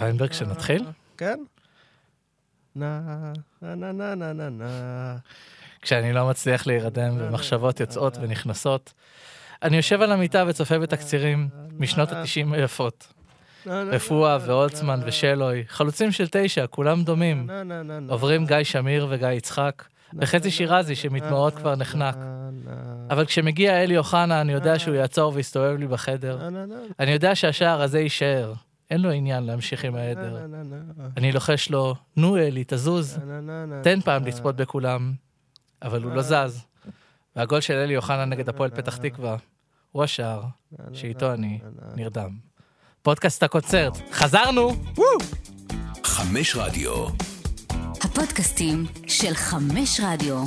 ויינברג, שנתחיל? כן. נה, נה, נה, נה, נה, נה, נה. כשאני לא מצליח להירדם ומחשבות יוצאות ונכנסות, אני יושב על המיטה וצופה בתקצירים משנות ה-90 היפות. רפואה ואולצמן ושלוי, חלוצים של 9, כולם דומים. עוברים גיא שמיר וגיא יצחק, וחצי שירזי שמתמאות כבר נחנק. אבל כשמגיע אלי אוחנה, אני יודע שהוא יעצור ויסתובב לי בחדר. אני יודע שהשער הזה יישאר. אין לו עניין להמשיך עם העדר. אני לוחש לו, נו אלי, תזוז. תן פעם לצפות בכולם. אבל הוא לא זז. והגול של אלי אוחנה נגד הפועל פתח תקווה, הוא השער שאיתו אני נרדם. פודקאסט הקונצרט. חזרנו! 5 רדיו. הפודקאסטים של 5 רדיו.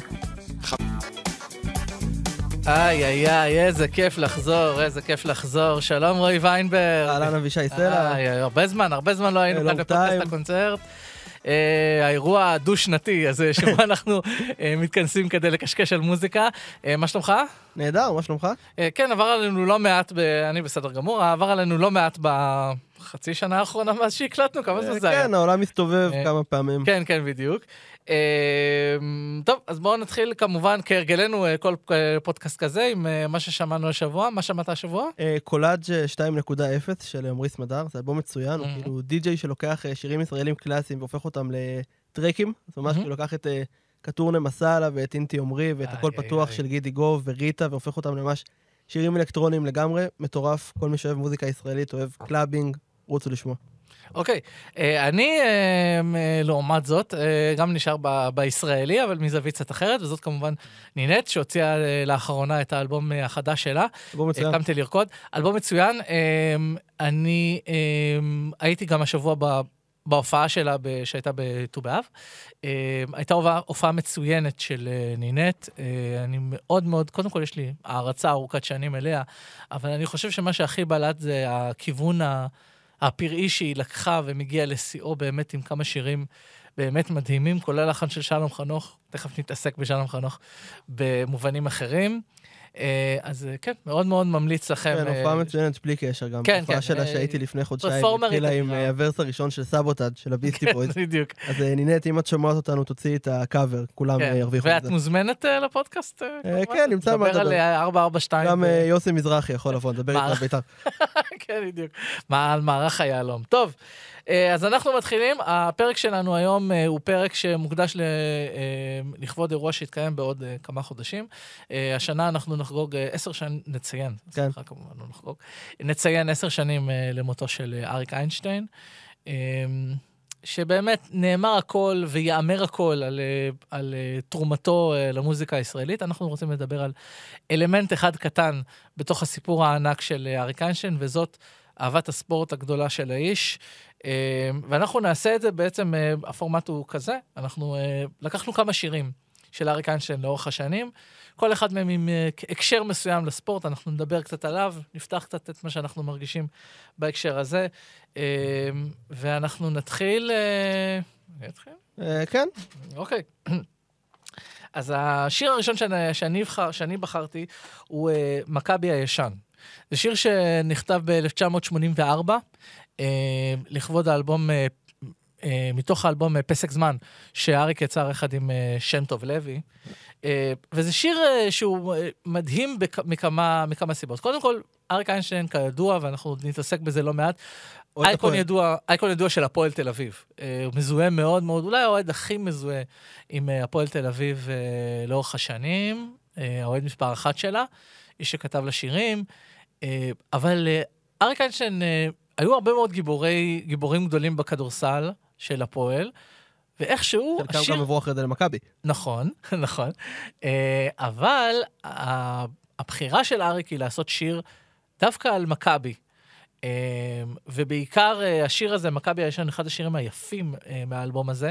איזה כיף לחזור, איזה כיף לחזור. שלום רועי ויינברג. אהלן אבישי סלע. הרבה זמן לא היינו כאן בפודקאסט הקונצרט. האירוע הדו-שנתי הזה שבו אנחנו מתכנסים כדי לקשקש על מוזיקה. מה שלומך? נהדר, מה שלומך? כן, עבר עלינו לא מעט, אני בסדר גמור, עבר עלינו לא מעט בחצי שנה האחרונה מאז שהקלטנו, כמה זה היה? כן, העולם מסתובב כמה פעמים. כן, כן, בדיוק. טוב, אז בואו נתחיל כמובן כהרגלנו כל פודקאסט כזה עם מה ששמענו השבוע. מה שמעת השבוע? קולאג' 2.0 של עמרי סמדר, זה אלבום מצוין, הוא כאילו די-ג'יי שלוקח שירים ישראלים קלאסיים והופך אותם לטרקים, זאת אומרת שהוא לוקח את קטורנה מסאלה ואת אינטי עמרי ואת הכל פתוח של גידי גוב וריטה והופך אותם לממש שירים אלקטרוניים לגמרי, מטורף, כל מי שאוהב מוזיקה ישראלית אוהב קלאבינג, רוצו לשמוע. אוקיי, אני לעומת זאת, גם נשאר בישראלי, אבל מזווית קצת אחרת, וזאת כמובן נינט, שהוציאה לאחרונה את האלבום החדש שלה. אלבום מצוין. קמתי לרקוד. אלבום מצוין, אני הייתי גם השבוע בהופעה שלה שהייתה בט"ו באב. הייתה הופעה מצוינת של נינט. אני מאוד מאוד, קודם כל יש לי הערצה ארוכת שנים אליה, אבל אני חושב שמה שהכי בלט זה הכיוון הפראי שהיא לקחה ומגיעה לשיאו באמת עם כמה שירים באמת מדהימים, כולל לחן של שלום חנוך, תכף נתעסק בשלום חנוך במובנים אחרים. אז כן, מאוד מאוד ממליץ לכם. כן, הופעה מצוינת בלי קשר גם. כן, הופעה כן. שלה שהייתי לפני חודשיים, התחילה עם הוורס הראשון של סבוטאג' של הביסטי בויז. בדיוק. אז נינט, אם את שומעת אותנו, תוציאי את הקאבר, כולם ירוויחו את ואת זה. מוזמנת לפודקאסט? כן, נמצא מה לדבר על 442. גם יוסי מזרחי יכול לבוא, נדבר איתו ביתר. כן, בדיוק. על מערך היעלום. טוב, אז אנחנו מתחילים. הפרק שלנו היום הוא פרק שמוקדש לכבוד אירוע שהתקיים בעוד כמה חודשים. השנה אנחנו נחגוג 10 שנים, נציין, סליחה כמובן, לא נחגוג, נציין 10 שנים למותו של אריק איינשטיין, שבאמת נאמר הכל ויאמר הכל על תרומתו למוזיקה הישראלית. אנחנו רוצים לדבר על אלמנט אחד קטן בתוך הסיפור הענק של אריק איינשטיין, וזאת אהבת הספורט הגדולה של האיש. ואנחנו נעשה את זה בעצם, הפורמט הוא כזה, אנחנו לקחנו כמה שירים של אריק איינשטיין לאורך השנים, כל אחד מהם עם הקשר מסוים לספורט, אנחנו נדבר קצת עליו, נפתח קצת את מה שאנחנו מרגישים בהקשר הזה, ואנחנו נתחיל... כן. אוקיי. אז השיר הראשון שאני בחרתי הוא מכבי הישן. זה שיר שנכתב ב-1984, לכבוד האלבום, מתוך האלבום פסק זמן, שאריק יצר אחד עם שם טוב לוי, וזה שיר שהוא מדהים מכמה סיבות. קודם כל, אריק איינשטיין כידוע, ואנחנו נתעסק בזה לא מעט, אייקון ידוע של הפועל תל אביב. הוא מזוהה מאוד מאוד, אולי האוהד הכי מזוהה עם הפועל תל אביב לאורך השנים, האוהד מספר 1 שלה, איש שכתב לה שירים, אבל אריק איינשטיין, היו הרבה מאוד גיבורים גדולים בכדורסל של הפועל, ואיכשהו... חלקם גם עברו אחרי זה למכבי. נכון, נכון. אבל הבחירה של אריק היא לעשות שיר דווקא על מכבי. ובעיקר השיר הזה, מכבי הישן, אחד השירים היפים מהאלבום הזה,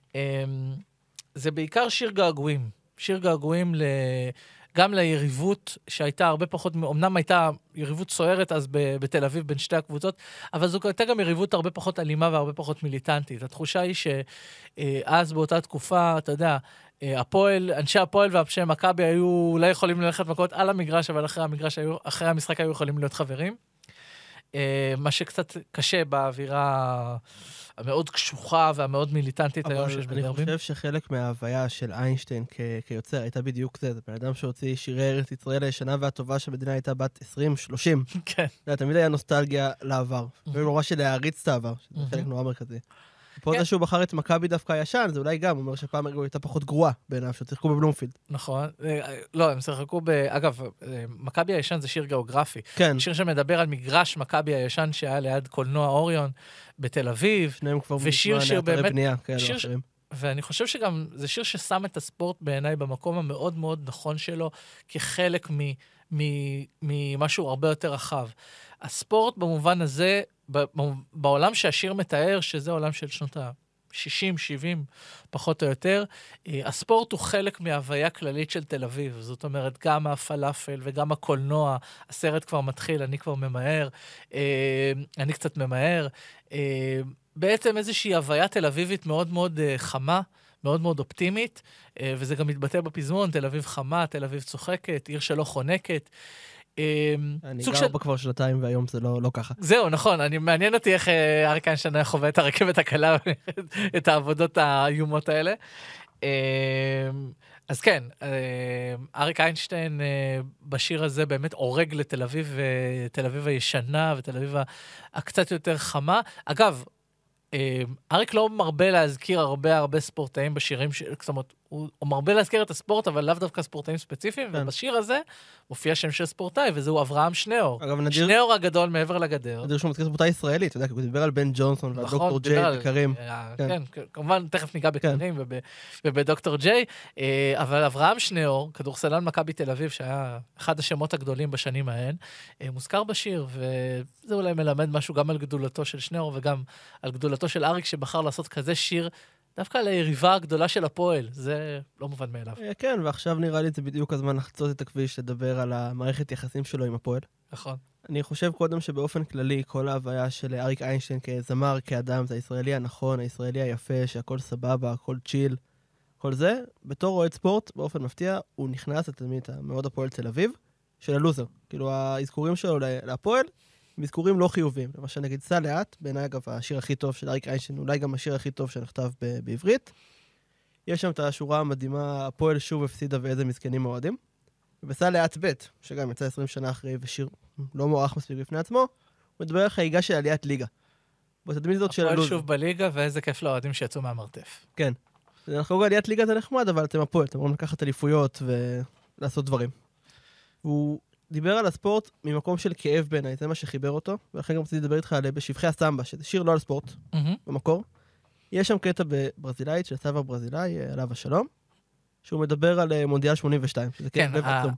זה בעיקר שיר געגועים. שיר געגועים גם ליריבות שהייתה הרבה פחות, אמנם הייתה יריבות סוערת אז בתל אביב בין שתי הקבוצות, אבל זו הייתה גם יריבות הרבה פחות אלימה והרבה פחות מיליטנטית. התחושה היא שאז באותה תקופה, אתה יודע, אנשי הפועל ואנשי מכבי היו אולי יכולים ללכת מכות על המגרש, אבל אחרי המשחק היו יכולים להיות חברים. מה שקצת קשה באווירה המאוד קשוחה והמאוד מיליטנטית היום שיש בדרבים. אבל אני חושב שחלק מההוויה של איינשטיין כיוצר הייתה בדיוק זה. זה בן אדם שהוציא שירי ארץ ישראל הישנה והטובה שהמדינה הייתה בת 20-30. כן. תמיד היה נוסטלגיה לעבר. וממש של להריץ את העבר, שזה חלק נורא מרכזי. פה זה שהוא בחר את מכבי דווקא הישן, זה אולי גם אומר שפעם הרגו הייתה פחות גרועה בעיניו, שצריכו בבלומפילד. נכון. לא, הם שיחקו אגב, מכבי הישן זה שיר גיאוגרפי. כן. שיר שמדבר על מגרש מכבי הישן שהיה ליד קולנוע אוריון בתל אביב. שניהם כבר ושיר שבאמת... בנייה, כאלה אחרים. ואני חושב שגם זה שיר ששם את הספורט בעיניי במקום המאוד מאוד נכון שלו, כחלק ממשהו הרבה יותר רחב. הספורט במובן הזה, בעולם שהשיר מתאר, שזה עולם של שנות ה-60, 70, פחות או יותר, הספורט הוא חלק מההוויה כללית של תל אביב. זאת אומרת, גם הפלאפל וגם הקולנוע, הסרט כבר מתחיל, אני כבר ממהר, אני קצת ממהר. בעצם איזושהי הוויה תל אביבית מאוד מאוד חמה, מאוד מאוד אופטימית, וזה גם מתבטא בפזמון, תל אביב חמה, תל אביב צוחקת, עיר שלא חונקת. אני גר בה כבר שנתיים והיום זה לא ככה. זהו, נכון, מעניין אותי איך אריק איינשטיין חווה את הרכבת הקלה, את העבודות האיומות האלה. אז כן, אריק איינשטיין בשיר הזה באמת עורג לתל אביב, תל אביב הישנה ותל אביב הקצת יותר חמה. אגב, אריק לא מרבה להזכיר הרבה ספורטאים בשירים, זאת אומרת, הוא מרבה להזכיר את הספורט, אבל לאו דווקא ספורטאים ספציפיים, ובשיר הזה מופיע שם של ספורטאי, וזהו אברהם שניאור. שניאור הגדול מעבר לגדר. נדיר שהוא מזכיר ספורטאי ישראלי, אתה יודע, הוא דיבר על בן ג'ונסון ועל דוקטור ג'יי וקרים. כן, כמובן, תכף ניגע בקרים ובדוקטור ג'יי, אבל אברהם שניאור, כדורסלן מכבי תל אביב, שהיה אחד השמות הגדולים בשנים ההן, מוזכר בשיר, וזה אולי מלמד משהו גם על גדולתו של שניאור, וגם על גדולתו של אריק, שבחר לעשות כזה שיר דווקא ליריבה הגדולה של הפועל, זה לא מובן מאליו. כן, ועכשיו נראה לי זה בדיוק הזמן לחצות את הכביש, לדבר על המערכת יחסים שלו עם הפועל. נכון. אני חושב קודם שבאופן כללי, כל ההוויה של אריק איינשטיין כזמר, כאדם, זה הישראלי הנכון, הישראלי היפה, שהכל סבבה, הכל צ'יל, כל זה. בתור אוהד ספורט, באופן מפתיע, הוא נכנס לתלמיד המאוד הפועל תל אביב, של הלוזר. כאילו, האזכורים שלו להפועל, הם אזכורים לא חיוביים. למשל, נגיד, סע לאט, בעיניי אגב, השיר הכי טוב של אריק איינשטיין, אולי גם השיר הכי טוב שנכתב בעברית. יש שם את השורה המדהימה, הפועל שוב הפסידה ואיזה מסכנים אוהדים. ובסע לאט ב', שגם יצא 20 שנה אחרי, ושיר לא מוערך מספיק בפני עצמו, הוא מדבר על חגיגה של עליית ליגה. בתדמית זאת של הלוז. הפועל שוב בליגה, ואיזה כיף לאוהדים שיצאו מהמרתף. כן. אנחנו עליית ליגה זה נחמד, אבל אתם הפועל, אתם רוצים לקחת אליפויות ולעשות דברים. והוא דיבר על הספורט ממקום של כאב בעיניי, זה מה שחיבר אותו, ולכן גם רציתי לדבר איתך עליה בשבחי הסמבה, שזה שיר לא על ספורט, במקור. יש שם קטע בברזילאית של סבא ברזילאי, עליו השלום, שהוא מדבר על מונדיאל 82. כן,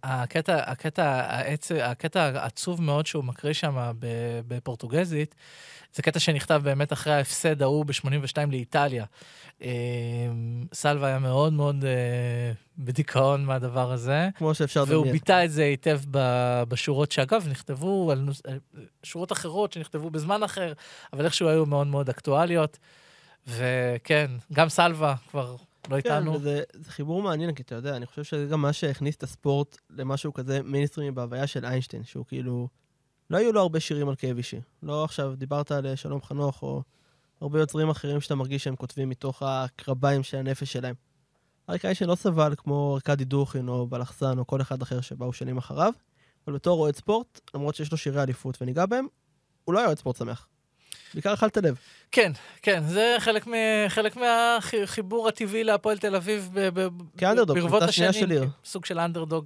הקטע העצוב מאוד שהוא מקריא שם בפורטוגזית, זה קטע שנכתב באמת אחרי ההפסד ההוא ב-82 לאיטליה. סלווה היה מאוד מאוד בדיכאון מהדבר הזה. כמו שאפשר והוא ביטא את זה היטב בשורות שאגב נכתבו, על שורות אחרות שנכתבו בזמן אחר, אבל איכשהו היו מאוד מאוד אקטואליות. וכן, גם סלווה כבר לא איתנו. כן, זה חיבור מעניין, כי אתה יודע, אני חושב שזה גם מה שהכניס את הספורט למשהו כזה מיניסטרימי בהוויה של איינשטיין, שהוא כאילו, לא היו לו הרבה שירים על כאב אישי. לא עכשיו דיברת על שלום חנוך, או הרבה יוצרים אחרים שאתה מרגיש שהם כותבים מתוך הקרביים של הנפש שלהם. אריק איינשטיין לא סבל כמו ארקדי דוכין, או בלחסן, או כל אחד אחר שבאו שנים אחריו, אבל בתור אוהד ספורט, למרות שיש לו שירי אליפות וניגע בהם, הוא לא היה אוהד ספורט שמח. בעיקר אכלת לב. כן, כן, זה חלק מהחיבור הטבעי להפועל תל אביב ברבות השנים, סוג של אנדרדוג.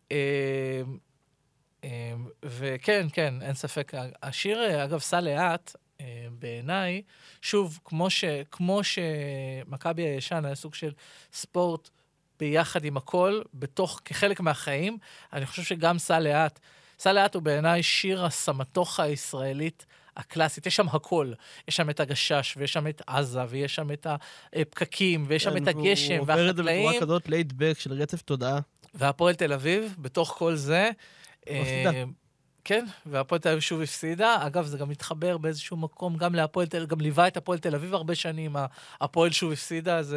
וכן, כן, אין ספק. השיר, אגב, סע לאט, בעיניי, שוב, כמו שמכבי הישן היה סוג של ספורט ביחד עם הכל, כחלק מהחיים, אני חושב שגם סע לאט הוא בעיניי שיר הסמטוחה הישראלית הקלאסית, יש שם הכל. יש שם את הגשש, ויש שם את עזה, ויש שם את הפקקים, ויש שם את הגשם, והחקלאים. הוא עובר את זה בצורה כזאת לייט בק של רצף תודעה. והפועל תל אביב, בתוך כל זה, כן, והפועל תל אביב שוב הפסידה. אגב, זה גם מתחבר באיזשהו מקום, גם להפועל תל אביב, גם ליווה את הפועל תל אביב הרבה שנים, הפועל שוב הפסידה, אז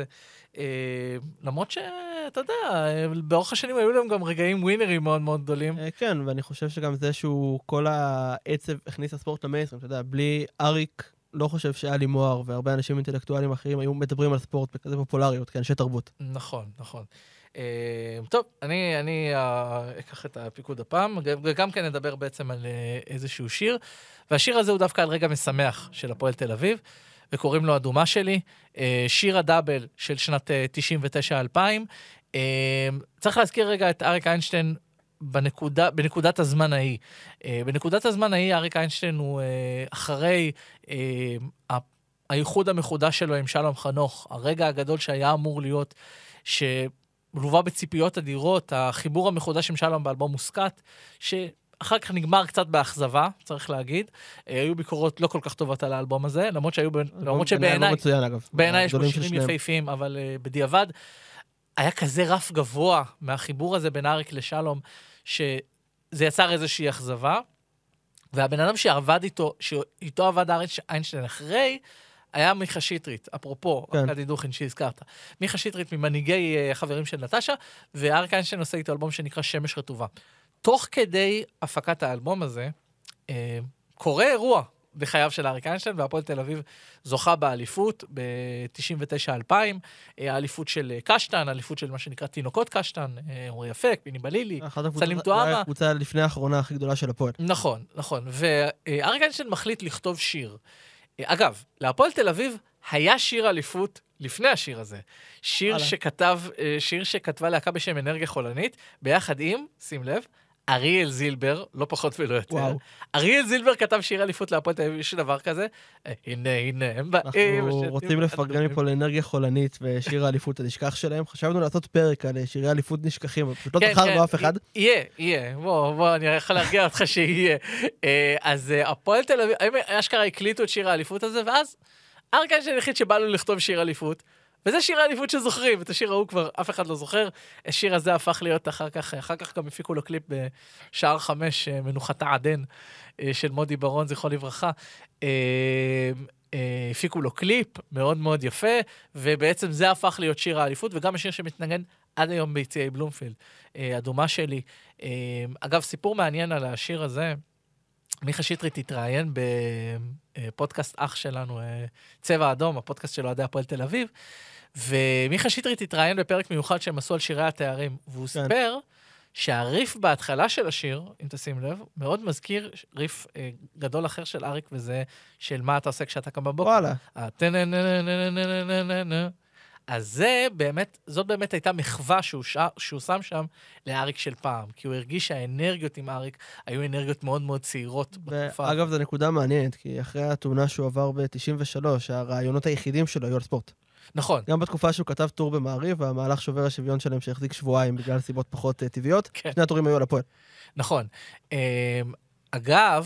למרות שאתה יודע, באורך השנים היו להם גם רגעים ווינרים מאוד מאוד גדולים. כן, ואני חושב שגם זה שהוא כל העצב הכניס הספורט למיינסטרים, אתה יודע, בלי אריק, לא חושב שאלי מוהר והרבה אנשים אינטלקטואלים אחרים היו מדברים על ספורט בכזה פופולריות, כאנשי תרבות. נכון, נכון. טוב, אני אקח את הפיקוד הפעם, וגם כן נדבר בעצם על איזשהו שיר, והשיר הזה הוא דווקא על רגע משמח של הפועל תל אביב, וקוראים לו אדומה שלי, שיר הדאבל של שנת 99-2000. צריך להזכיר רגע את אריק איינשטיין בנקודת הזמן ההיא. בנקודת הזמן ההיא אריק איינשטיין הוא אחרי הייחוד המחודש שלו עם שלום חנוך, הרגע הגדול שהיה אמור להיות, שלווה בציפיות אדירות, החיבור המחודש עם שלום באלבום מוסקט, שאחר כך נגמר קצת באכזבה, צריך להגיד. היו ביקורות לא כל כך טובות על האלבום הזה, למרות שבעיניי יש בו שירים יפהפיים, אבל בדיעבד, היה כזה רף גבוה מהחיבור הזה בין אריק לשלום, שזה יצר איזושהי אכזבה, והבן אדם שאיתו עבד אריק איינשטיין אחרי, היה מיכה שטרית, אפרופו, ארכדי דוכין שהזכרת. מיכה שטרית ממנהיגי החברים של נטשה, ואריק איינשטיין עושה איתו אלבום שנקרא שמש רטובה. תוך כדי הפקת האלבום הזה, קורה אירוע בחייו של אריק איינשטיין, והפועל תל אביב זוכה באליפות ב-99-2000, האליפות של קשטן, האליפות של מה שנקרא תינוקות קשטן, אורי אפק, פיני בלילי, סלים טועמה. זו הקבוצה לפני האחרונה הכי גדולה של הפועל. נכון, נכון. ואריק איינשטיין מחליט לכתוב שיר. אגב, להפועל תל אביב היה שיר אליפות לפני השיר הזה. שיר שכתבה להקה בשם אנרגיה חולנית, ביחד עם, שים לב, אריאל זילבר, לא פחות ולא יותר. וואו. אריאל זילבר כתב שיר אליפות להפועל תל אביב, יש דבר כזה. הנה, הם באים. אנחנו רוצים לפרגן מפה לאנרגיה חולנית ושיר האליפות הנשכח שלהם. חשבנו לעשות פרק על שירי אליפות נשכחים, פשוט לא תחרנו אף אחד. יהיה. בוא, אני יכול להרגיע אותך שיהיה. אז הפועל תל אביב, אשכרה הקליטו את שיר האליפות הזה, ואז אריק איינשטיין היחיד שבא לו לכתוב שיר אליפות, וזה שיר האליפות שזוכרים, את השיר ההוא כבר אף אחד לא זוכר, השיר הזה הפך להיות אחר כך גם הפיקו לו קליפ בשער 5, מנוחתה עדן, של מודי ברון, זכרו לברכה, הפיקו לו קליפ מאוד מאוד יפה, ובעצם זה הפך להיות שיר האליפות, וגם השיר שמתנגן עד היום ביציעי בלומפילד, אדומה שלי. אגב, סיפור מעניין על השיר הזה, מיכה שטרית התראיין בפודקאסט אח שלנו, צבע אדום, הפודקאסט של אוהדי הפועל תל אביב, ומיכה שטרית התראיין בפרק מיוחד שהם עשו על שירי התארים, והוא סיפר שהריף בהתחלה של השיר, אם תשים לב, מאוד מזכיר ריף גדול אחר של אריק, וזה של מה אתה עושה כשאתה קם בבוקר. וואלה. אז זאת באמת הייתה מחווה שהוא שם שם לאריק של פעם, כי הוא הרגיש שהאנרגיות עם אריק היו אנרגיות מאוד מאוד צעירות בתקופה. ואגב, זו נקודה מעניינת, כי אחרי התאונה שהוא עבר ב-93, הרעיונות היחידים שלו היו על ספורט. נכון. גם בתקופה שהוא כתב טור במעריב, והמהלך שובר השוויון שלהם שהחזיק שבועיים בגלל סיבות פחות טבעיות, שני הטורים היו על הפועל. נכון. אגב,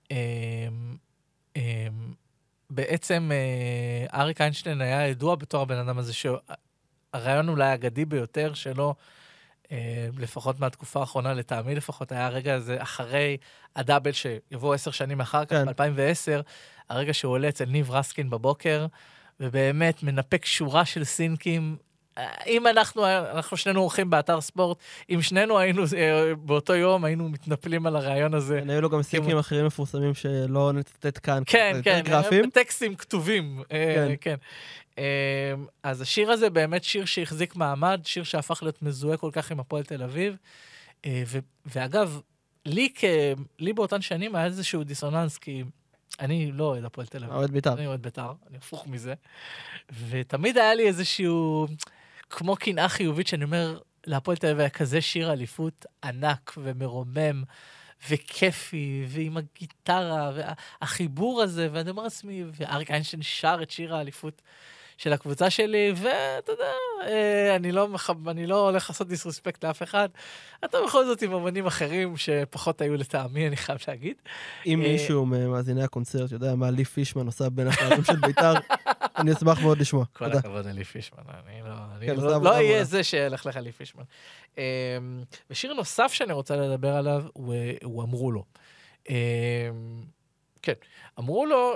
בעצם אריק איינשטיין היה ידוע בתור הבן אדם הזה, שהרעיון אולי האגדי ביותר שלו, לפחות מהתקופה האחרונה, לטעמי לפחות, היה הרגע הזה אחרי הדאבל שיבוא 10 שנים אחר כך, ב-2010, הרגע שהוא עולה אצל ניב רסקין בבוקר, ובאמת מנפק שורה של סינקים. אם אנחנו שנינו עורכים באתר ספורט, אם שנינו היינו באותו יום, היינו מתנפלים על הרעיון הזה. היו לו גם סינקים אחרים מפורסמים שלא נצטט כאן. כן, טקסטים כתובים. כן. אז השיר הזה באמת שיר שהחזיק מעמד, שיר שהפך להיות מזוהה כל כך עם הפועל תל אביב. ואגב, לי באותן שנים היה איזשהו דיסוננס, כי אני לא אוהד הפועל תל אביב. אני אוהד בית"ר, אני הפוך מזה. ותמיד היה לי איזשהו, כמו קנאה חיובית, שאני אומר, להפועל תל אביב היה כזה שיר אליפות ענק ומרומם, וכיפי, ועם הגיטרה, והחיבור הזה, ואני אומר לעצמי, ואריק איינשטיין שר את שיר האליפות של הקבוצה שלי, ואתה יודע, אני לא הולך לעשות דיסרספקט לאף אחד, אתה בכל זאת עם אמנים אחרים שפחות היו לטעמי, אני חייב להגיד. אם מישהו ממאזיני הקונצרט יודע מה לי פישמן עושה בין החלקים של בית"ר, אני אשמח מאוד לשמוע. כל הכבוד על לי פישמן, אני לא אהיה זה שילך לך לי פישמן. ושיר נוסף שאני רוצה לדבר עליו, הוא אמרו לו. כן, אמרו לו,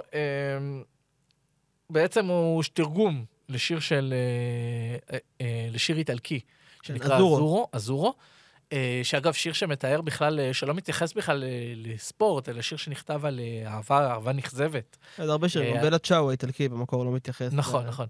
בעצם הוא תרגום לשיר לשיר איטלקי, שנקרא אזורו, שאגב, שיר שמתאר בכלל, שלא מתייחס בכלל לספורט, אלא שיר שנכתב על אהבה נכזבת. זה הרבה שירים, בלה צ'או האיטלקי במקור לא מתייחס. נכון, נכון.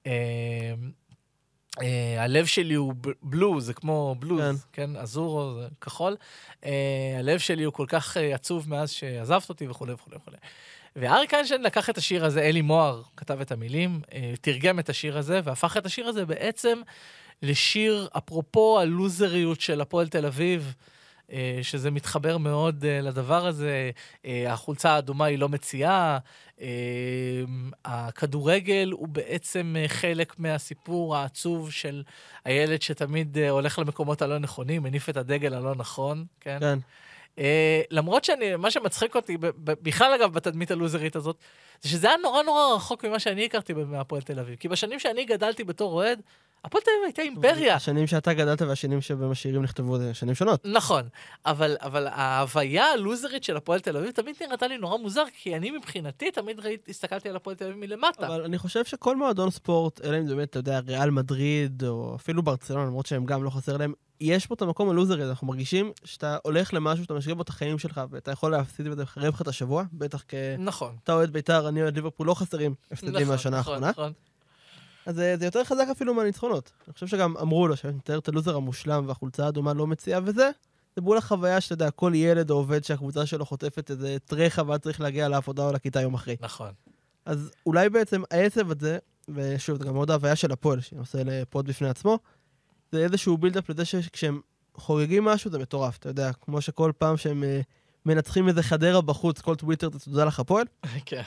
הלב שלי הוא בלוז, זה כמו בלוז, כן? אזורו, זה כחול. הלב שלי הוא כל כך עצוב מאז שעזבת אותי וכו' וכו' וכו'. ואריק איינשטיין לקח את השיר הזה, אלי מוהר כתב את המילים, תרגם את השיר הזה, והפך את השיר הזה בעצם לשיר, אפרופו הלוזריות של הפועל תל אביב, שזה מתחבר מאוד לדבר הזה, החולצה האדומה היא לא מציאה, הכדורגל הוא בעצם חלק מהסיפור העצוב של הילד שתמיד הולך למקומות הלא נכונים, מניף את הדגל הלא נכון, כן? כן. למרות מה שמצחיק אותי, בכלל אגב בתדמית הלוזרית הזאת, זה שזה היה נורא נורא רחוק ממה שאני הכרתי מהפועל תל אביב, כי בשנים שאני גדלתי בתור אוהד, הפועל תל אביב הייתה אימפריה. השנים שאתה גדלת והשנים שבהם השירים נכתבו זה שנים שונות. נכון, אבל ההוויה הלוזרית של הפועל תל אביב תמיד נראתה לי נורא מוזר, כי אני מבחינתי תמיד הסתכלתי על הפועל תל אביב מלמטה. אבל אני חושב שכל מועדון ספורט, אלא אם באמת, אתה יודע, ריאל מדריד, או אפילו ברצלונה, למרות שהם גם לא חסר להם, יש פה את המקום הלוזרי, אנחנו מרגישים שאתה הולך למשהו, שאתה משגע בו את החיים שלך, ואתה יכול להפסיד וזה חרב לך את השבוע, בטח נכון. אתה אוהד בית"ר, אני אוהד ליברפול, לא חסרים הפסדים מהשנה האחרונה. אז זה יותר חזק אפילו מהניצחונות. אני חושב שגם אמרו לו שנתאר את הלוזר המושלם והחולצה האדומה לא מציעה וזה, זה בול החוויה שאתה יודע, כל ילד או עובד שהקבוצה שלו חוטפת איזה טרחה ואז צריך להגיע לעבודה או לכיתה יום אחרי. נכון. אז אולי בעצם העצב הזה, ושוב, זה גם מאוד ההוויה של הפועל, שעושה לפוד בפני עצמו, זה איזשהו בילדאפ לזה שכשהם חוגגים משהו זה מטורף, אתה יודע, כמו שכל פעם שהם מנצחים איזה חדרה בחוץ, כל טוויטר תודה לך הפועל. כן.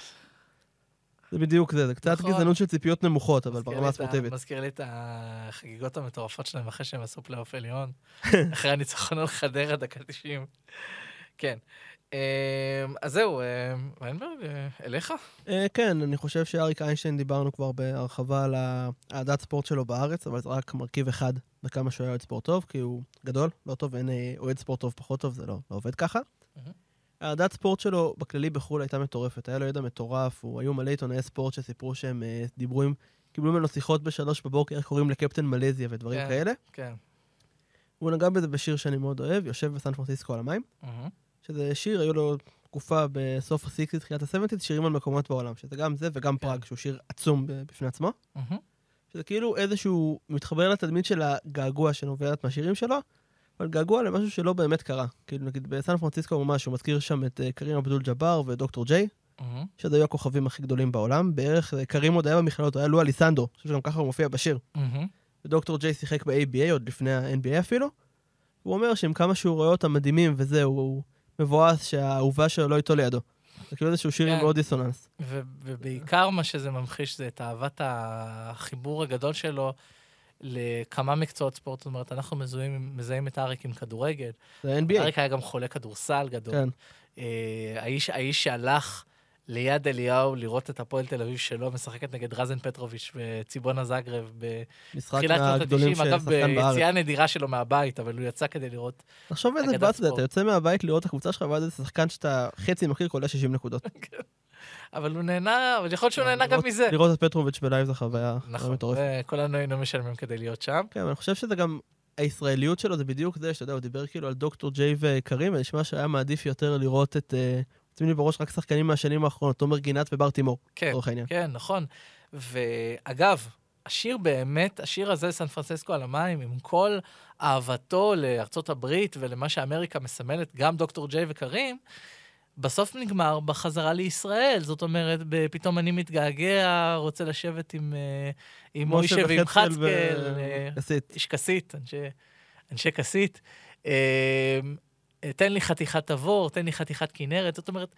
זה בדיוק זה קצת גזענות של ציפיות נמוכות, אבל ברמה הספורטיבית. מזכיר לי את החגיגות המטורפות שלהם אחרי שהם עשו פלייאוף עליון, אחרי הניצחון על חדרה דקה 90. כן. אז זהו, ויינברג, אליך? כן, אני חושב שאריק איינשטיין דיברנו כבר בהרחבה על העדת ספורט שלו בארץ, אבל זה רק מרכיב אחד בכמה שהוא היה אוהד ספורט טוב, כי הוא גדול, לא טוב, אין אוהד ספורט טוב פחות טוב, זה לא עובד ככה. העדת ספורט שלו בכללי בחול הייתה מטורפת, היה לו ידע מטורף, היו מלא עיתונאי ספורט שסיפרו שהם דיברו עם, קיבלו ממנו שיחות ב3 בבוקר, איך קוראים לקפטן מלזיה ודברים כאלה. כן. הוא נגע בזה בשיר שאני מאוד אוהב, יושב בסן פרנסיסקו על המים, שזה שיר, היו לו תקופה בסוף ה-60, תחילת ה-70, שירים על מקומות בעולם, שזה גם זה וגם פראג, שהוא שיר עצום בפני עצמו. שזה כאילו איזשהו מתחבר לתדמית של הגעגוע שנובעת מהשירים שלו, אבל געגוע למשהו שלא באמת קרה. כאילו נגיד בסן פרנסיסקו ממש, הוא מזכיר שם את קרים אבדול ג'אבר ודוקטור ג'יי, שזה היו הכוכבים הכי גדולים בעולם. בערך קרים עוד היה במכללות, הוא היה לואי אליסנדרו, אני חושב שגם ככה הוא מופיע בשיר. ודוקטור ג'יי שיחק ב-ABA, עוד לפני ה-NBA אפילו. הוא אומר שעם כמה שהוא רואה אותם מדהימים וזהו, הוא מבואס שהאהובה שלו לא איתו לידו. זה כאילו איזשהו שיר עם מאוד דיסוננס. ובעיקר מה שזה ממחיש זה את אהבת החיבור הגדול שלו לכמה מקצועות ספורט. זאת אומרת, אנחנו מזהים את אריק עם כדורגל. זה NBA. אריק היה גם חולה כדורסל גדול. כן. האיש שהלך ליד אליהו לראות את הפועל תל אביב שלו, משחקת נגד רזן פטרוביץ' בציבונה זאגרב, בתחילת שנות ה-90, אגב, ביציאה נדירה שלו מהבית, אבל הוא יצא כדי לראות תחשוב איזה בס זה, אתה יוצא מהבית לראות את הקבוצה שלך, ואז איזה שחקן שאתה חצי מכיר קולה 60 נקודות. אבל הוא נהנה, אבל יכול להיות שהוא נהנה גם מזה. לראות את פטרוביץ' בלייב זה חוויה מטורפת. נכון, וכולנו היינו משלמים כדי להיות שם. כן, אני חושב שזה גם, הישראליות שלו זה בדיוק זה, שאתה יודע, הוא דיבר כאילו על דוקטור ג'יי וקרים, ונשמע שהיה מעדיף יותר לראות את לי בראש רק שחקנים מהשנים האחרונות, תומר גינת ובר תימור. כן, כן, נכון. ואגב, השיר באמת, השיר הזה, סן פרנסיסקו על המים, עם כל אהבתו לארצות הברית ולמה שאמריקה מסמלת, גם דוקטור ג'יי וקרים, בסוף נגמר בחזרה לישראל. זאת אומרת, פתאום אני מתגעגע, רוצה לשבת עם מוישה ועם חצקל, איש כסית, אנשי כסית. תן לי חתיכת תבור, תן לי חתיכת כנרת. זאת אומרת,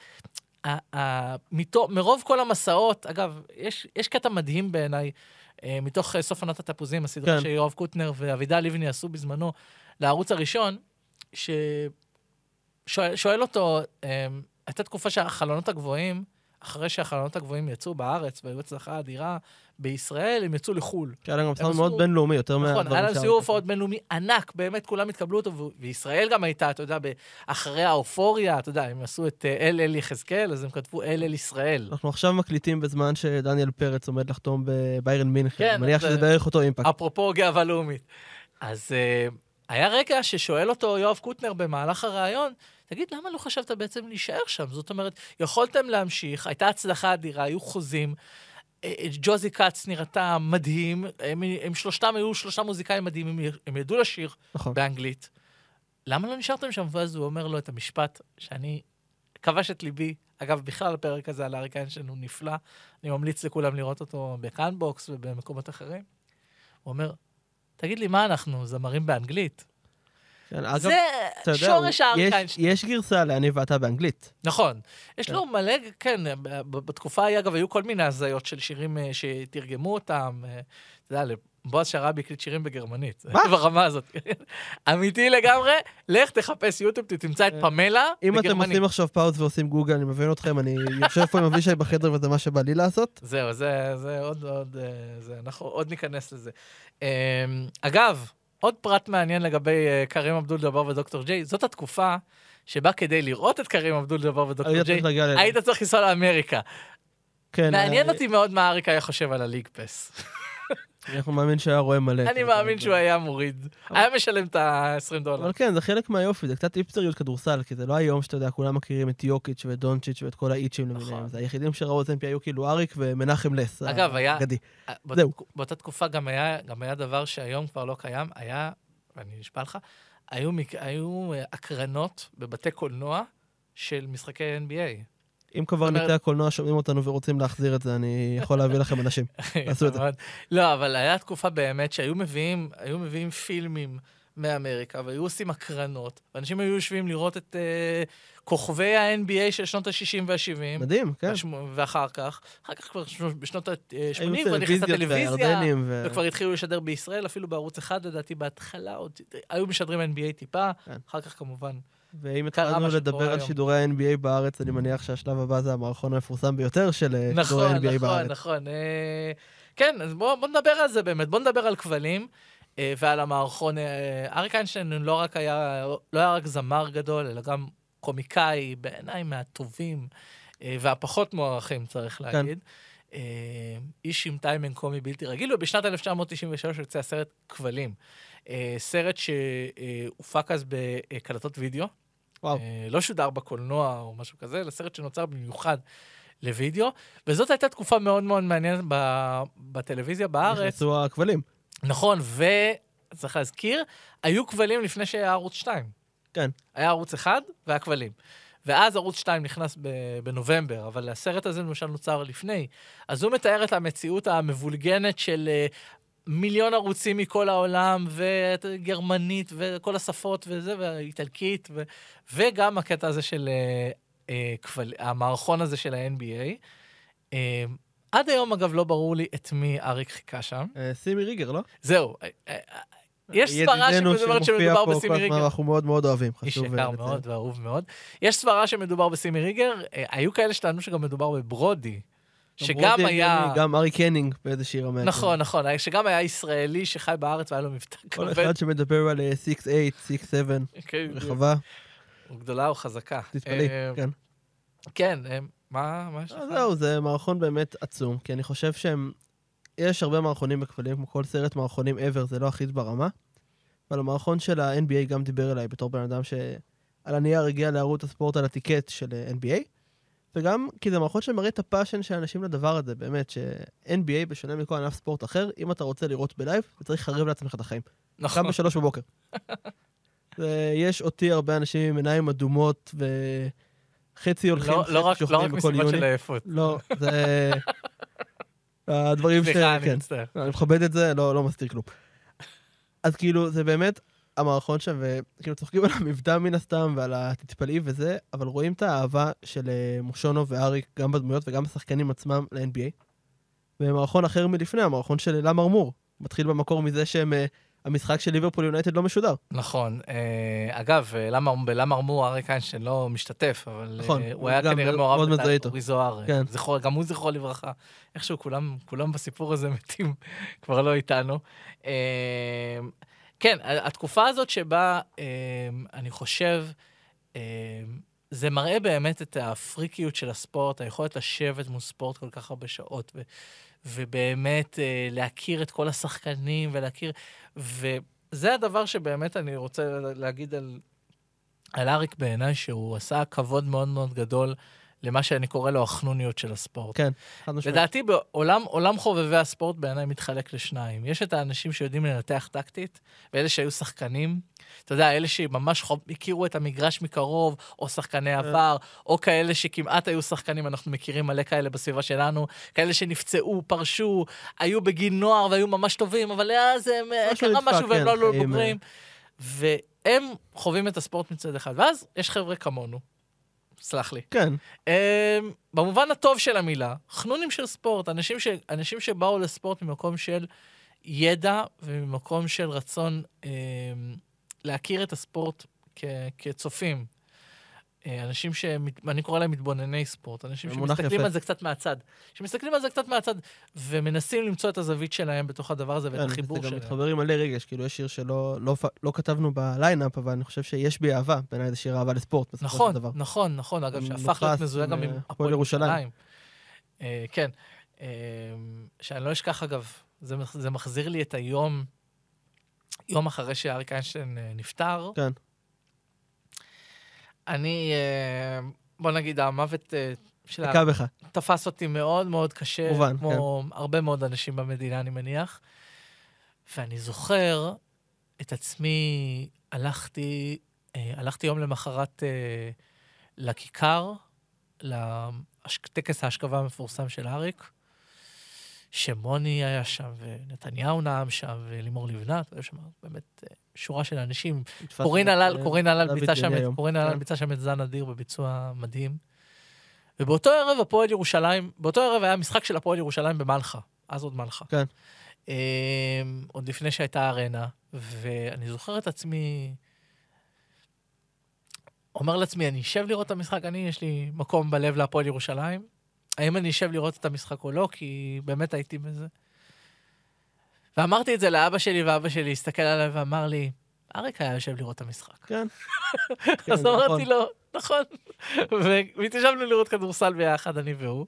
מרוב כל המסעות, אגב, יש קטע מדהים בעיניי, מתוך סוף עונת התפוזים, הסדרה שיואב קוטנר ואבידע ליבני עשו בזמנו לערוץ הראשון, ששואל אותו, הייתה תקופה שהחלונות הגבוהים, אחרי שהחלונות הגבוהים יצאו בארץ, והיו הצלחה אדירה בישראל, הם יצאו לחול. כן, גם סאונד מאוד בינלאומי, יותר נכון, היה להם סיור הופעות בינלאומי ענק, באמת כולם התקבלו אותו, וישראל גם הייתה, אתה יודע, אחרי האופוריה, אתה יודע, הם עשו את אל יחזקאל, אז הם כתבו אל ישראל. אנחנו עכשיו מקליטים בזמן שדניאל פרץ עומד לחתום בביירן מינכן, אני מניח שזה בערך אותו אימפקט. אפרופו גאווה לאומית. אז היה רגע ששואל אותו יואב קוטנר במהלך הרעיון, תגיד, למה לא חשבת בעצם להישאר שם? זאת אומרת, יכולתם להמשיך, הייתה הצלחה אדירה, היו חוזים, ג'וזי קאץ נראתה מדהים, הם שלושתם היו שלושה מוזיקאים מדהימים, הם ידעו לשיר באנגלית. למה לא נשארתם שם? ואז הוא אומר לו את המשפט שאני כבש את ליבי, אגב, בכלל הפרק הזה על אריק איינשטיין הוא נפלא, אני ממליץ לכולם לראות אותו בקאנבוקס ובמקומות אחרים. הוא אומר, תגיד לי, מה אנחנו, זמרים באנגלית? זה שורש האריק איינשטיין. יש גרסה לאני ואתה באנגלית. נכון. יש לו מלא, כן, בתקופה ההיא, אגב, היו כל מיני הזיות של שירים שתרגמו אותם. אתה יודע, בועז שרעבי הקליט שירים בגרמנית. ברמה הזאת. אמיתי לגמרי, לך תחפש יוטיוב, תמצא את פמלה בגרמנית. אם אתם עושים עכשיו פאוז ועושים גוגל, אני מבין אתכם, אני יושב פה עם אבישי בחדר וזה מה שבא לי לעשות. זהו, זה עוד, אנחנו עוד ניכנס לזה. אגב, עוד פרט מעניין לגבי קרים אבדול דבר ודוקטור ג'יי, זאת התקופה שבה כדי לראות את קרים אבדול דבר ודוקטור ג'יי, היית צריך לנסוע לאמריקה. מעניין אותי מאוד מה אריק היה חושב על הליג פס. אני מאמין שהיה רואה מלא. אני מאמין שהוא היה מוריד. היה משלם את $20. אבל כן, זה חלק מהיופי, זה קצת היפסטריות כדורסל, כי זה לא היום שאתה יודע, כולם מכירים את יוקיץ' ודונצ'יץ' ואת כל האיצ'ים למיניהם. זה היחידים שראו את זה היו כאילו אריק ומנחם לס. אגב, באותה תקופה גם היה דבר שהיום כבר לא קיים, היה, ואני נשבע לך, היו הקרנות בבתי קולנוע של משחקי NBA. אם כבר נקרא הקולנוע שומעים אותנו ורוצים להחזיר את זה, אני יכול להביא לכם אנשים. עשו את זה. לא, אבל היה תקופה באמת שהיו מביאים פילמים מאמריקה, והיו עושים הקרנות, ואנשים היו יושבים לראות את כוכבי ה-NBA של שנות ה-60 וה-70. מדהים, כן. ואחר כך כבר בשנות ה-80, כבר נכנסת טלוויזיה, וכבר התחילו לשדר בישראל, אפילו בערוץ אחד, לדעתי, בהתחלה, היו משדרים NBA טיפה, אחר כך כמובן. ואם התחלנו לדבר על שידורי ה-NBA בארץ, אני מניח שהשלב הבא זה המערכון המפורסם ביותר של שידורי ה-NBA בארץ. נכון. כן, אז בוא נדבר על זה באמת. בוא נדבר על כבלים ועל המערכון. אריק איינשטיין לא היה רק זמר גדול, אלא גם קומיקאי, בעיניי מהטובים והפחות מוערכים, צריך להגיד. איש עם טיימינג קומי בלתי רגיל, ובשנת 1993 יוצא הסרט כבלים. סרט שהופק אז בקלטות וידאו, לא שודר בקולנוע או משהו כזה, אלא סרט שנוצר במיוחד לוידאו, וזאת הייתה תקופה מאוד מאוד מעניינת בטלוויזיה בארץ. נכנסו הכבלים. נכון, וצריך להזכיר, היו כבלים לפני שהיה ערוץ 2. כן. היה ערוץ 1 והיה כבלים. ואז ערוץ 2 נכנס בנובמבר, אבל הסרט הזה למשל נוצר לפני. אז הוא מתאר את המציאות המבולגנת של מיליון ערוצים מכל העולם, וגרמנית, וכל השפות וזה, והאיטלקית, וגם הקטע הזה של המערכון הזה של ה-NBA. עד היום, אגב, לא ברור לי את מי אריק חיכה שם. סימי ריגר, לא? זהו. יש סברה שמדובר בסימי ריגר. אנחנו מאוד מאוד אוהבים. איש יקר מאוד ואהוב מאוד. יש סברה שמדובר בסימי ריגר, היו כאלה שטענו שגם מדובר בברודי. שגם היה... גם אריק הנינג באיזה שיר אמריקה. נכון, שגם היה ישראלי שחי בארץ והיה לו מבטא כבד. כל אחד שמדבר על 6'8", 6'7", רחבה. הוא גדולה או חזקה. תתפלאי, כן. כן, מה יש לך? זהו, זה מערכון באמת עצום, כי אני חושב יש הרבה מערכונים בכבלים, כמו כל סרט מערכונים ever, זה לא אחיד ברמה, אבל המערכון של ה-NBA גם דיבר אליי בתור בן אדם שעל הנייר הגיע לערוץ הספורט על הטיקט של NBA, וגם כי זה מערכון שמראה את הפאשן של אנשים לדבר הזה, באמת, ש-NBA בשונה מכל ענף ספורט אחר, אם אתה רוצה לראות בלייב, אתה צריך לחרב לעצמך את החיים. נכון. גם ב3 בבוקר. יש אותי הרבה אנשים עם עיניים אדומות, וחצי הולכים שוכנים בכל יוני. לא רק מסיבות של העייפות. לא, זה... הדברים סליחה, אני מצטער. אני מכבד את זה, לא מסתיר כלום. אז כאילו, זה באמת המערכון שם, וכאילו צוחקים על המבטא מן הסתם, ועל התתפלאי וזה, אבל רואים את האהבה של מושונו ואריק, גם בדמויות וגם בשחקנים עצמם ל-NBA. ומערכון אחר מלפני, המערכון של אלה מרמור. מתחיל במקור מזה שהם המשחק של ליברפול יונייטד לא משודר. נכון. אגב, למה אמרו אריק איינשטיין לא משתתף, אבל נכון, הוא היה כנראה מעורב אורי זוהר. כן. גם הוא זכרו לברכה. איכשהו כולם בסיפור הזה מתים, כבר לא איתנו. כן, התקופה הזאת שבה אני חושב, זה מראה באמת את הפריקיות של הספורט, היכולת לשבת מול ספורט כל כך הרבה שעות, ובאמת להכיר את כל השחקנים ולהכיר, וזה הדבר שבאמת אני רוצה להגיד על אריק בעיניי, שהוא עשה כבוד מאוד מאוד גדול למה שאני קורא לו החנוניות של הספורט. כן, חד משמעית. לדעתי, בעולם חובבי הספורט בעיניי מתחלק לשניים. יש את האנשים שיודעים לנתח טקטית, ואלה שהיו שחקנים, אתה יודע, אלה שממש הכירו את המגרש מקרוב, או שחקני עבר, או כאלה שכמעט היו שחקנים, אנחנו מכירים מלא כאלה בסביבה שלנו, כאלה שנפצעו, פרשו, היו בגיל נוער והיו ממש טובים, אבל אז הם קרה משהו והם לא בוגרים. והם חווים את הספורט מצד אחד. ואז יש חבר'ה כמונו, סלח לי. כן. במובן הטוב של המילה, חנונים של ספורט, אנשים שבאו לספורט ממקום של ידע וממקום של רצון להכיר את הספורט כצופים. אנשים שאני קורא להם מתבונני ספורט, אנשים שמסתכלים על זה קצת מהצד. שמסתכלים על זה קצת מהצד ומנסים למצוא את הזווית שלהם בתוך הדבר הזה ואת החיבור שלהם. זה גם מתחברים מלא רגש, כאילו יש שיר שלא כתבנו בליינאפ, אבל אני חושב שיש בי אהבה, בעיניי זה שיר אהבה לספורט. נכון, אגב, שהפך להיות מזוהה גם עם הפועל ירושלים. כן, שאני לא אשכח אגב, זה מחזיר לי את יום אחרי שאריק איינשטיין נפטר. כן. אני, בוא נגיד, המוות שלה תפס אותי מאוד מאוד קשה, כמו הרבה מאוד אנשים במדינה, אני מניח. ואני זוכר את עצמי, הלכתי יום למחרת לכיכר, לטקס ההשכבה המפורסם של אריק, שמוני היה שם, ונתניהו נאם שם, ולימור לבנת, היה שם באמת שורה של אנשים. קורין עלל ביצע שם את זן אדיר בביצוע מדהים. ובאותו ערב היה משחק של הפועל ירושלים במלחה, אז עוד מלחה. כן. עוד לפני שהייתה ארנה, ואני זוכר את עצמי, אומר לעצמי, אני אשב לראות את המשחק, יש לי מקום בלב להפועל ירושלים, האם אני אשב לראות את המשחק או לא, כי באמת הייתי בזה. ואמרתי את זה לאבא שלי, ואבא שלי הסתכל עליי ואמר לי, אריק היה יושב לראות את המשחק. כן. אז אמרתי לו, נכון. והתיישבנו לראות כדורסל ביחד, אני והוא.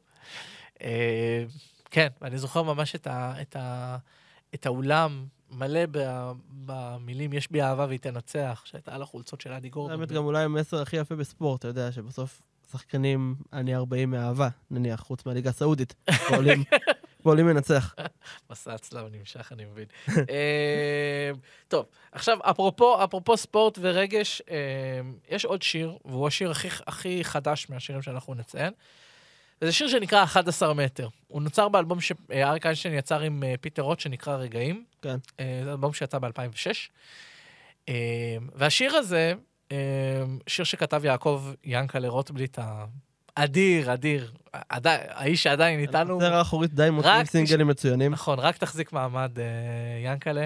כן, ואני זוכר ממש את האולם מלא במילים, יש בי אהבה והיא תנצח, שהייתה על החולצות של עדי גורדון. האמת גם אולי המסר הכי יפה בספורט, אתה יודע, שבסוף שחקנים אני 40 מאהבה, נניח, חוץ מהליגה הסעודית, ועולים מנצח. מסע הצלב נמשך, אני מבין. טוב, עכשיו, אפרופו ספורט ורגש, יש עוד שיר, והוא השיר הכי חדש מהשירים שאנחנו נציין, וזה שיר שנקרא 11 מטר. הוא נוצר באלבום שאריק איינשטיין יצר עם פיטר רוט, שנקרא רגעים. כן. זה אלבום שיצא ב-2006. והשיר הזה, שיר שכתב יעקב ינקלה רוטבליט, אדיר, האיש שעדיין איתנו. זה האחורית די מוצאים סינגלים מצוינים. נכון, רק תחזיק מעמד ינקלה.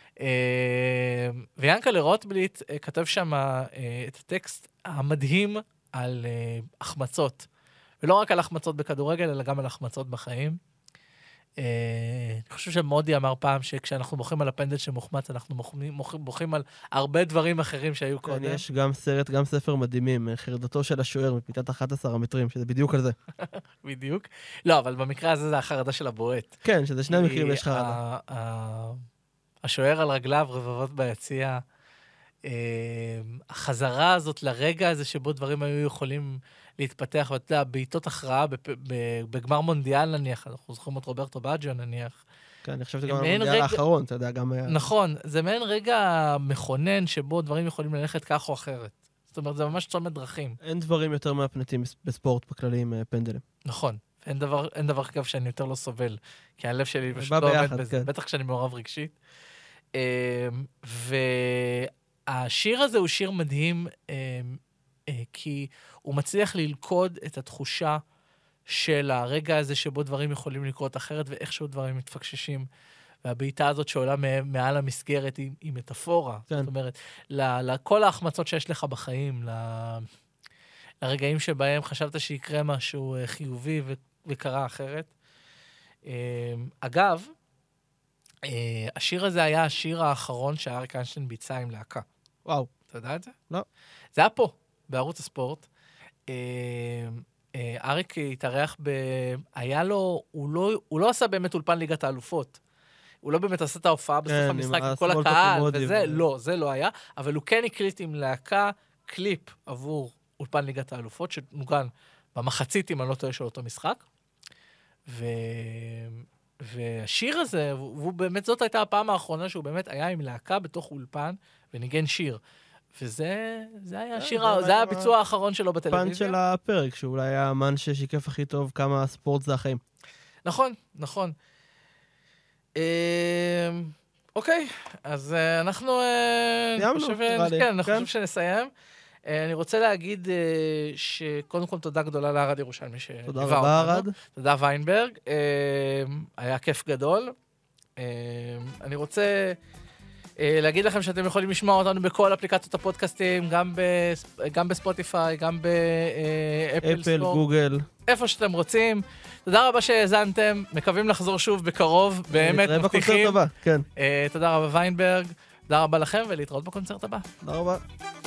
ויאנקלה רוטבליט כתב שם את הטקסט המדהים על החמצות. ולא רק על החמצות בכדורגל, אלא גם על החמצות בחיים. אני חושב שמודי אמר פעם שכשאנחנו בוכים על הפנדל שמוחמץ, אנחנו בוכים על הרבה דברים אחרים שהיו קודם. יש גם סרט, גם ספר מדהימים, חרדתו של השוער מפינת 11 המטרים, שזה בדיוק על זה. בדיוק. לא, אבל במקרה הזה זה החרדה של הבועט. כן, שזה שני מקרים יש חרדה. השוער על רגליו, רבבות ביציע, החזרה הזאת לרגע הזה שבו דברים היו יכולים להתפתח, ואתה יודע, בעיתות הכרעה, בגמר מונדיאל נניח, אנחנו זוכרים את רוברטו באג'ו נניח. כן, אני חושב שזה גם המונדיאל האחרון, אתה יודע, גם... נכון, זה מעין רגע מכונן שבו דברים יכולים ללכת כך או אחרת. זאת אומרת, זה ממש צומת דרכים. אין דברים יותר מהפנטים בספורט בכללי עם פנדלים. נכון, אין דבר אגב שאני יותר לא סובל, כי הלב שלי פשוט לא עומד בזה, בטח כשאני מעורב רגשית. והשיר הזה הוא שיר מדהים, כי הוא מצליח ללכוד את התחושה של הרגע הזה שבו דברים יכולים לקרות אחרת, ואיכשהו דברים מתפקששים. והבעיטה הזאת שעולה מעל המסגרת היא מטאפורה. כן. זאת אומרת, לכל ההחמצות שיש לך בחיים, לרגעים שבהם חשבת שיקרה משהו חיובי וקרה אחרת. אגב, השיר הזה היה השיר האחרון שאריק איינשטיין ביצע עם להקה. וואו. אתה יודע את זה? לא. זה היה פה, בערוץ הספורט. אריק התארח היה לו, הוא לא עשה באמת אולפן ליגת האלופות. הוא לא באמת עשה את ההופעה בסוף המשחק עם כל הקהל, וזה, לא, זה לא היה, אבל הוא כן הקליט עם להקה קליפ עבור אולפן ליגת האלופות, שנוגן במחצית, אם אני לא טועה, של אותו משחק. והשיר הזה, והוא באמת, זאת הייתה הפעם האחרונה שהוא באמת היה עם להקה בתוך אולפן, וניגן שיר. וזה היה השיר, זה היה הביצוע האחרון שלו בטלוויזיה. פאנץ' של הפרק, שאולי היה האמן ששיקף הכי טוב כמה הספורט זה החיים. נכון, נכון. אוקיי, אז אנחנו... חושב שנסיים. אני רוצה להגיד שקודם כל תודה גדולה לארד ירושלמי. תודה רבה, ארד. תודה ויינברג. היה כיף גדול. אני רוצה להגיד לכם שאתם יכולים לשמוע אותנו בכל אפליקציות הפודקאסטים, גם בספוטיפיי, גם באפל אפל, גוגל. איפה שאתם רוצים. תודה רבה שהאזנתם, מקווים לחזור שוב בקרוב, באמת מבטיחים. כן. תודה רבה ויינברג, תודה רבה לכם ולהתראות בקונצרט הבא. תודה רבה.